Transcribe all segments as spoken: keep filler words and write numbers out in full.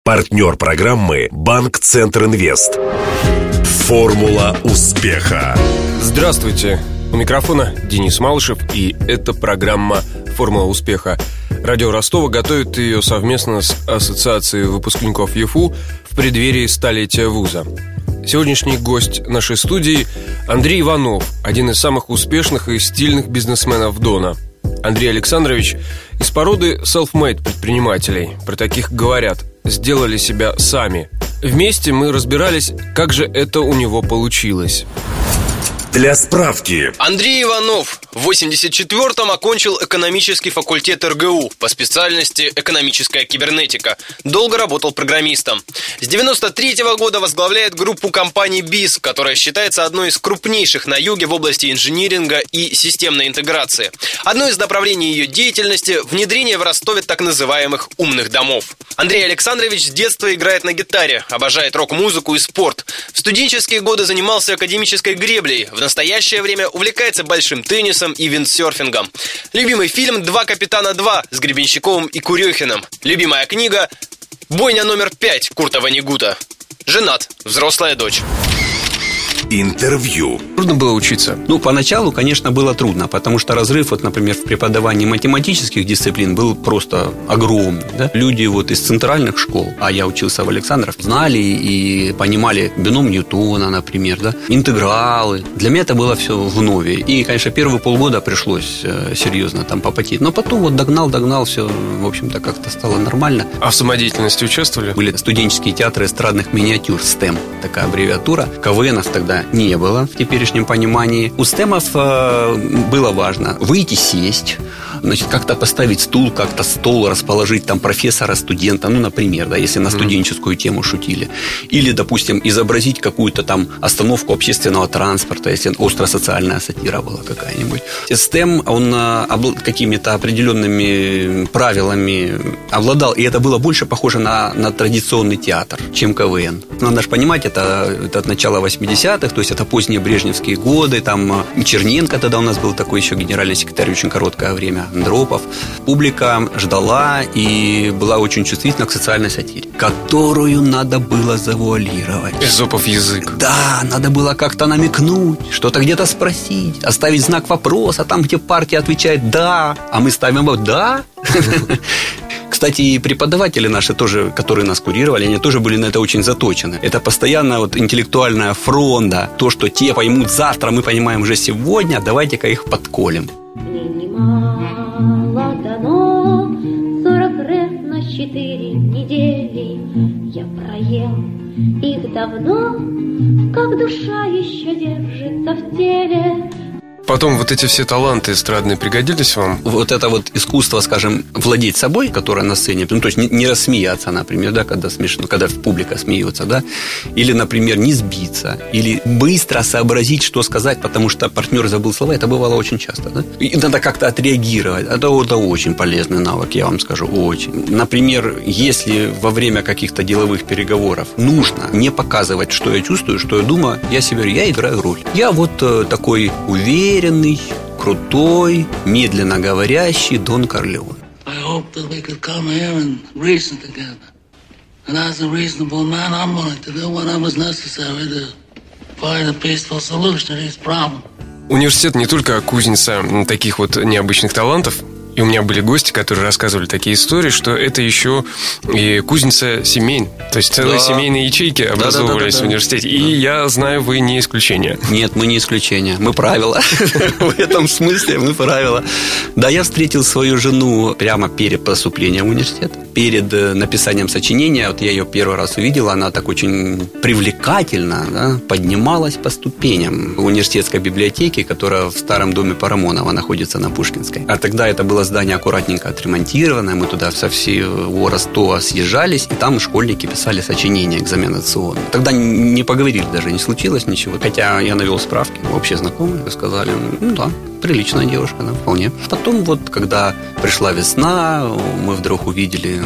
Партнер программы «Банк Центр Инвест». Формула успеха. Здравствуйте. У микрофона Денис Малышев, и это программа «Формула успеха». Радио Ростова готовит ее совместно с Ассоциацией выпускников ЕФУ в преддверии столетия вуза. Сегодняшний гость нашей студии – Андрей Иванов, один из самых успешных и стильных бизнесменов Дона. Андрей Александрович из породы self-made предпринимателей. Про таких говорят: сделали себя сами. Вместе мы разбирались, как же это у него получилось. Для справки. Андрей Иванов в восемьдесят четвёртом окончил экономический факультет эр гэ у по специальности экономическая кибернетика. Долго работал программистом. С девяносто третьего года возглавляет группу компаний БИС, которая считается одной из крупнейших на юге в области инжиниринга и системной интеграции. Одно из направлений ее деятельности – внедрение в Ростове так называемых умных домов. Андрей Александрович с детства играет на гитаре, обожает рок-музыку и спорт. В студенческие годы занимался академической греблей. В настоящее время увлекается большим теннисом и виндсерфингом. Любимый фильм «Два капитана два» с Гребенщиковым и Курехиным. Любимая книга «Бойня номер пять» Курта Воннегута. Женат, взрослая дочь. Интервью. Трудно было учиться? Ну, поначалу, конечно, было трудно, потому что разрыв, вот, например, в преподавании математических дисциплин был просто огромный, да? Люди вот из центральных школ, а я учился в Александров, знали и понимали бином Ньютона, например, да? Интегралы. Для меня это было все вновь. И, конечно, первые полгода пришлось э, серьезно там попотеть. Но потом вот догнал, догнал, все, в общем-то, как-то стало нормально. А в самодеятельности участвовали? Были студенческие театры эстрадных миниатюр, стэм, такая аббревиатура. КВНов тогда не было в теперешнем понимании. У стэмов э, было важно выйти, сесть, значит, как-то поставить стул, как-то стол расположить, там, профессора, студента, ну, например, да, если на студенческую тему шутили. Или, допустим, изобразить какую-то там остановку общественного транспорта, если остро-социальная сатира была какая-нибудь. Стэм, он обл- какими-то определенными правилами обладал, и это было больше похоже на, на традиционный театр, чем КВН. Надо же понимать, это, это от начала восьмидесятых, то есть это поздние брежневские годы, там Черненко тогда у нас был такой еще генеральный секретарь, очень короткое время, Андропов. Публика ждала и была очень чувствительна к социальной сатире, которую надо было завуалировать. Эзопов язык. Да, надо было как-то намекнуть, что-то где-то спросить, оставить знак вопроса, там, где партия отвечает «да», а мы ставим вот «да». Кстати, и преподаватели наши тоже, которые нас курировали, они тоже были на это очень заточены. Это постоянно вот интеллектуальная фронта. То, что те поймут завтра, мы понимаем уже сегодня, давайте-ка их подколем. Мне немало дано, сорок рет на четыре недели. Я проел их давно, как душа еще держится в теле. Потом вот эти все таланты эстрадные пригодились вам? Вот это вот искусство, скажем, владеть собой, которое на сцене, ну, то есть не, не рассмеяться, например, да, когда смешно, когда публика смеется, да, или, например, не сбиться, или быстро сообразить, что сказать, потому что партнер забыл слова, это бывало очень часто, да, и надо как-то отреагировать. Это, это очень полезный навык, я вам скажу, очень. Например, если во время каких-то деловых переговоров нужно не показывать, что я чувствую, что я думаю, я себе говорю, я играю роль. Я вот э, такой уверенный, крутой, медленно говорящий Дон Корлеон. I hope that we could come here and reason together. And as a reasonable man, I'm willing to do whatever is necessary to find a peaceful solution to these problems. Университет не только кузница таких вот необычных талантов. И у меня были гости, которые рассказывали такие истории, что это еще и кузница семей. То есть целые да. семейные ячейки образовывались да, да, да, да, в университете. Да. И я знаю, вы не исключение. Нет, мы не исключение. Мы правило. В этом смысле мы правило. Да, я встретил свою жену прямо перед поступлением в университет. Перед написанием сочинения. Вот я ее первый раз увидел. Она так очень привлекательно да, поднималась по ступеням в университетской библиотеке, которая в старом доме Парамонова находится на Пушкинской. А тогда это было здание аккуратненько отремонтированное. Мы туда со всего Ростова съезжались, и там школьники писали сочинения экзаменационные. Тогда не поговорили даже, не случилось ничего. Хотя я навел справки, общие знакомые сказали, ну да, приличная девушка, да, вполне. Потом вот, когда пришла весна, мы вдруг увидели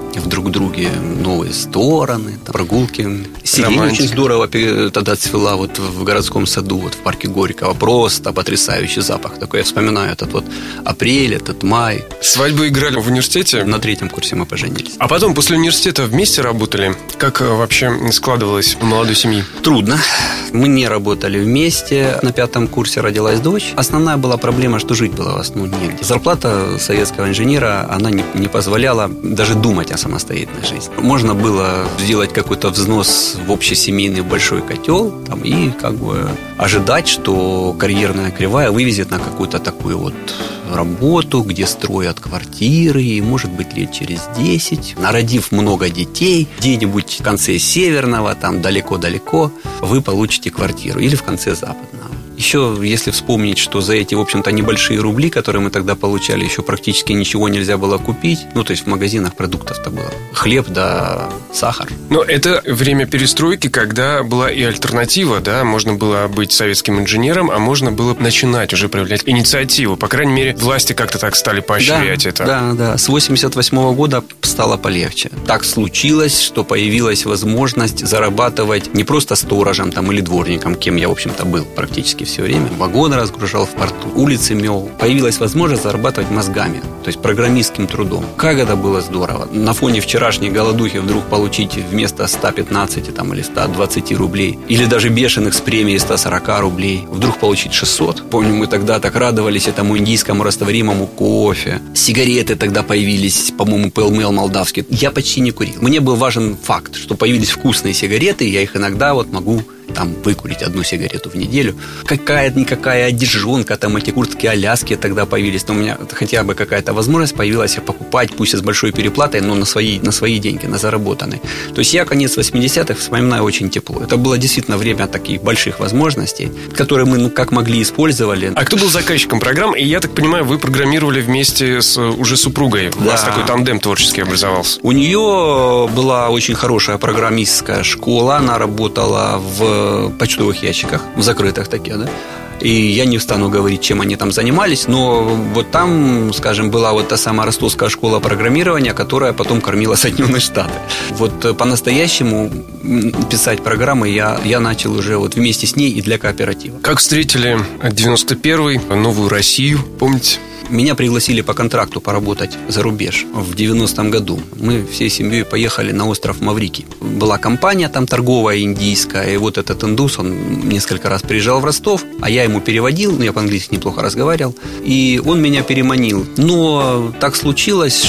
в друг друге новые стороны, там, прогулки. Сирень очень здорово тогда цвела вот в городском саду, вот в парке Горького. Просто потрясающий запах такой. Я вспоминаю этот вот апрель, этот май. Свадьбу играли в университете? На третьем курсе мы поженились. А потом после университета вместе работали? Как вообще складывалось в молодой семье? Трудно. Мы не работали вместе. На пятом курсе родилась дочь. Основная была проблема, что жить было в основном негде. Зарплата советского инженера, она не, не позволяла даже думать о самостоятельной жизни. Можно было сделать какой-то взнос в общесемейный большой котел там, и как бы ожидать, что карьерная кривая вывезет на какую-то такую вот работу, где строят квартиры, и, может быть, лет через десять, народив много детей, где-нибудь в конце Северного, там далеко-далеко, вы получите квартиру, или в конце Западного. Еще, если вспомнить, что за эти, в общем-то, небольшие рубли, которые мы тогда получали, еще практически ничего нельзя было купить. Ну, то есть в магазинах продуктов-то было хлеб да сахар. Но это время перестройки, когда была и альтернатива, да? Можно было быть советским инженером, а можно было начинать уже проявлять инициативу. По крайней мере, власти как-то так стали поощрять да, это. Да, да. С восемьдесят восьмого года стало полегче. Так случилось, что появилась возможность зарабатывать не просто сторожем там, или дворником, кем я, в общем-то, был практически все время. Вагоны разгружал в порту, улицы мел. Появилась возможность зарабатывать мозгами, то есть программистским трудом. Как это было здорово. На фоне вчерашней голодухи вдруг получить вместо ста пятнадцати там, или ста двадцати рублей, или даже бешеных с премией ста сорока рублей, вдруг получить шестьсот. Помню, мы тогда так радовались этому индийскому растворимому кофе. Сигареты тогда появились, по-моему, пэл эм эл молдавские. Я почти не курил. Мне был важен факт, что появились вкусные сигареты, и я их иногда вот могу там выкурить одну сигарету в неделю. Какая-никакая одежонка, там эти куртки Аляски тогда появились. Но у меня хотя бы какая-то возможность появилась покупать, пусть и с большой переплатой, но на свои, на свои деньги, на заработанные. То есть я конец восьмидесятых вспоминаю очень тепло. Это было действительно время таких больших возможностей, которые мы ну, как могли использовали. А кто был заказчиком программ? И я так понимаю, вы программировали вместе с уже супругой. У да. вас такой тандем творческий образовался. У нее была очень хорошая программистская школа. Она работала в почтовых ящиках, в закрытых таких, да. И я не стану говорить, чем они там занимались, но вот там, скажем, была вот та самая ростовская школа программирования, которая потом кормила Соединенные Штаты. Вот по-настоящему писать программы я, я начал уже вот вместе с ней и для кооператива. Как встретили девяносто первый, новую Россию, помните? Меня пригласили по контракту поработать за рубеж в девяностом году. Мы всей семьей поехали на остров Маврикий. Была компания там торговая индийская, и вот этот индус, он несколько раз приезжал в Ростов, а я ему переводил, ну, я по-английски неплохо разговаривал, и он меня переманил. Но так случилось,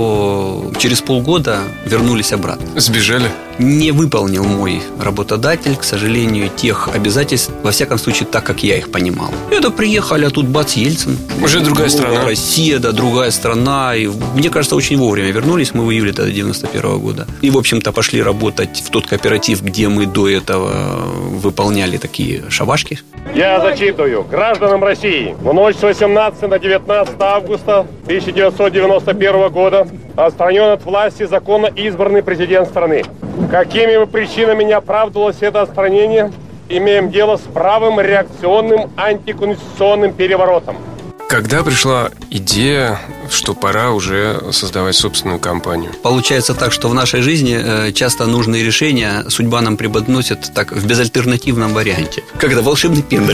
что через полгода вернулись обратно. Сбежали? Не выполнил мой работодатель, к сожалению, тех обязательств, во всяком случае, так, как я их понимал. Это приехали, а тут бац, Ельцин. Уже другая страна. Россия, да, другая страна. И, мне кажется, очень вовремя вернулись. Мы в июле тогда девяносто первого года. И, в общем-то, пошли работать в тот кооператив, где мы до этого выполняли такие шабашки. Я зачитываю. Гражданам России, в ночь с восемнадцатого на девятнадцатое августа тысяча девятьсот девяносто первого года отстранен от власти законно избранный президент страны. Какими бы причинами не оправдывалось это отстранение, имеем дело с правым реакционным антиконституционным переворотом. Когда пришла идея, что пора уже создавать собственную компанию? Получается так, что в нашей жизни часто нужные решения судьба нам преподносит так в безальтернативном варианте. Как это, волшебный пендель.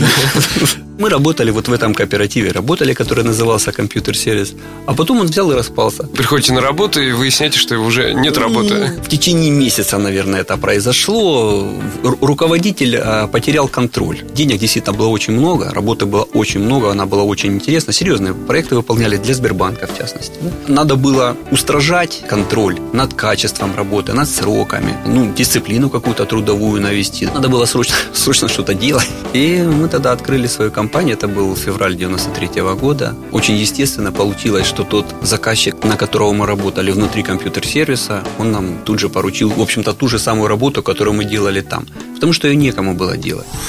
Мы работали вот в этом кооперативе, работали, который назывался «Компьютер-сервис», а потом он взял и распался. Приходите на работу и выясняете, что уже нет работы. В течение месяца, наверное, это произошло. Руководитель потерял контроль. Денег действительно было очень много, работы было очень много, она была очень интересна. Серьезные проекты выполняли для Сбербанка, в частности. Надо было устражать контроль над качеством работы, над сроками, ну, дисциплину какую-то трудовую навести. Надо было срочно, срочно что-то делать. И мы тогда открыли свою компанию. Это был февраль девяносто третьего года. Очень естественно получилось, что тот заказчик, на которого мы работали внутри компьютер-сервиса, он нам тут же поручил, в общем-то, ту же самую работу, которую мы делали там. Потому что ее некому было делать.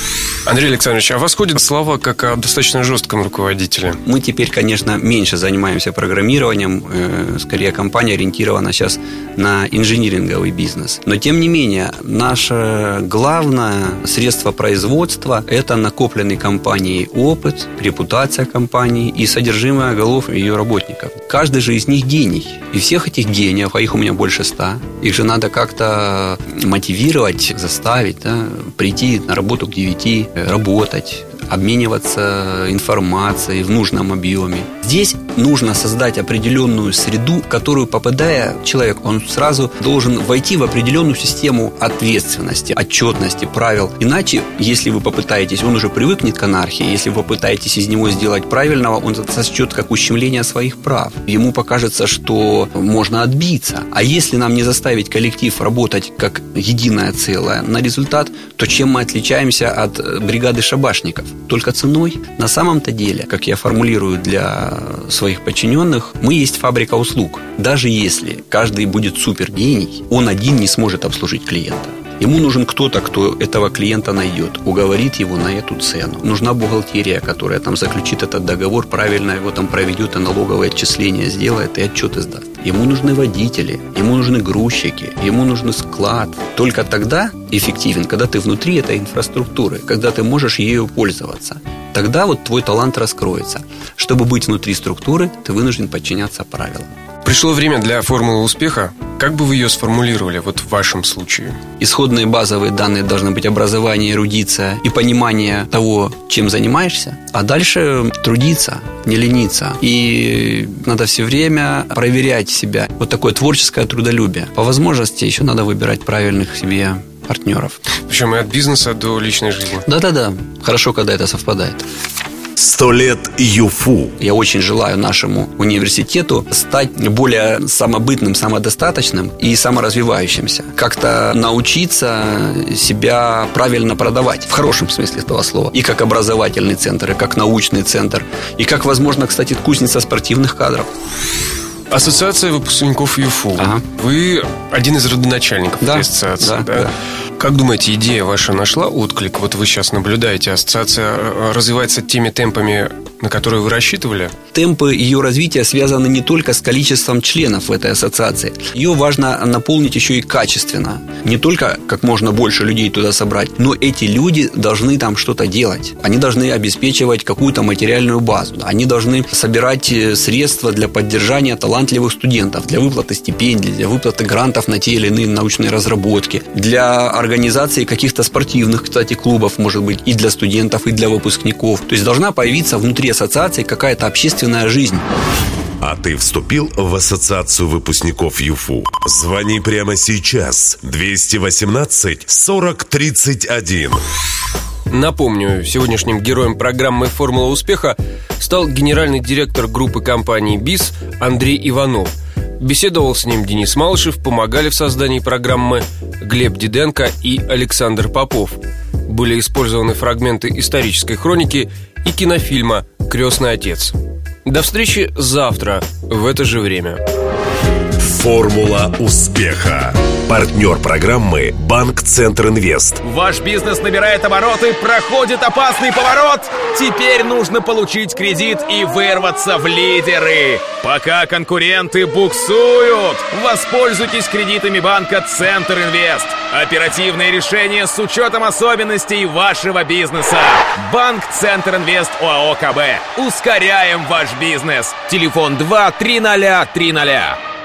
Андрей Александрович, а вас ходят слова как о достаточно жестком руководителе? Мы теперь, конечно, меньше занимаемся программированием. Скорее, компания ориентирована сейчас на инжиниринговый бизнес. Но, тем не менее, наше главное средство производства – это накопленный компанией опыт, репутация компании и содержимое голов ее работников. Каждый же из них гений. И всех этих гениев, а их у меня больше ста, их же надо как-то мотивировать, заставить, да, прийти на работу к девяти, работать, обмениваться информацией в нужном объеме. Здесь нужно создать определенную среду, в которую, попадая человек, он сразу должен войти в определенную систему ответственности, отчетности, правил. Иначе, если вы попытаетесь, он уже привыкнет к анархии, если вы попытаетесь из него сделать правильного, он это сочтет как ущемление своих прав. Ему покажется, что можно отбиться. А если нам не заставить коллектив работать как единое целое на результат, то чем мы отличаемся от бригады шабашников? Только ценой. На самом-то деле, как я формулирую для своих подчиненных, мы есть фабрика услуг. Даже если каждый будет супергений, он один не сможет обслужить клиента. Ему нужен кто-то, кто этого клиента найдет, уговорит его на эту цену. Нужна бухгалтерия, которая там заключит этот договор, правильно его там проведет и налоговое отчисление сделает и отчет издаст. Ему нужны водители, ему нужны грузчики, ему нужен склад. Только тогда эффективен, когда ты внутри этой инфраструктуры, когда ты можешь ею пользоваться. Тогда вот твой талант раскроется. Чтобы быть внутри структуры, ты вынужден подчиняться правилам. Пришло время для формулы успеха. Как бы вы ее сформулировали вот в вашем случае? Исходные базовые данные должны быть образование, эрудиция и понимание того, чем занимаешься. А дальше трудиться, не лениться. И надо все время проверять себя. Вот такое творческое трудолюбие. По возможности еще надо выбирать правильных себе партнеров. Причем и от бизнеса до личной жизни. Да-да-да. Хорошо, когда это совпадает. Сто лет ЮФУ. Я очень желаю нашему университету стать более самобытным, самодостаточным и саморазвивающимся. Как-то научиться себя правильно продавать, в хорошем смысле этого слова. И как образовательный центр, и как научный центр, и как, возможно, кстати, кузница спортивных кадров. Ассоциация выпускников ЮФУ. Ага. Вы один из родоначальников да, этой ассоциации, да, да? да. Как думаете, идея ваша нашла отклик? Вот вы сейчас наблюдаете, ассоциация развивается теми темпами, на которые вы рассчитывали? Темпы ее развития связаны не только с количеством членов в этой ассоциации. Ее важно наполнить еще и качественно. Не только как можно больше людей туда собрать, но эти люди должны там что-то делать. Они должны обеспечивать какую-то материальную базу. Они должны собирать средства для поддержания талантливых студентов, для выплаты стипендий, для выплаты грантов на те или иные научные разработки, для организации каких-то спортивных, кстати, клубов, может быть, и для студентов, и для выпускников. То есть должна появиться внутри ассоциации какая-то общественная жизнь. А ты вступил в ассоциацию выпускников ЮФУ? Звони прямо сейчас. двести восемнадцать сорок тридцать один. Напомню, сегодняшним героем программы «Формула успеха» стал генеральный директор группы компании БИС Андрей Иванов. Беседовал с ним Денис Малышев, помогали в создании программы Глеб Диденко и Александр Попов. Были использованы фрагменты исторической хроники и кинофильма «Крестный отец». До встречи завтра в это же время. Формула успеха. Партнер программы «Банк Центр Инвест». Ваш бизнес набирает обороты, проходит опасный поворот. Теперь нужно получить кредит и вырваться в лидеры. Пока конкуренты буксуют, воспользуйтесь кредитами банка Центр Инвест. Оперативные решения с учетом особенностей вашего бизнеса. Банк Центр Инвест ОАО КБ. Ускоряем ваш бизнес. Телефон два три ноль три ноль.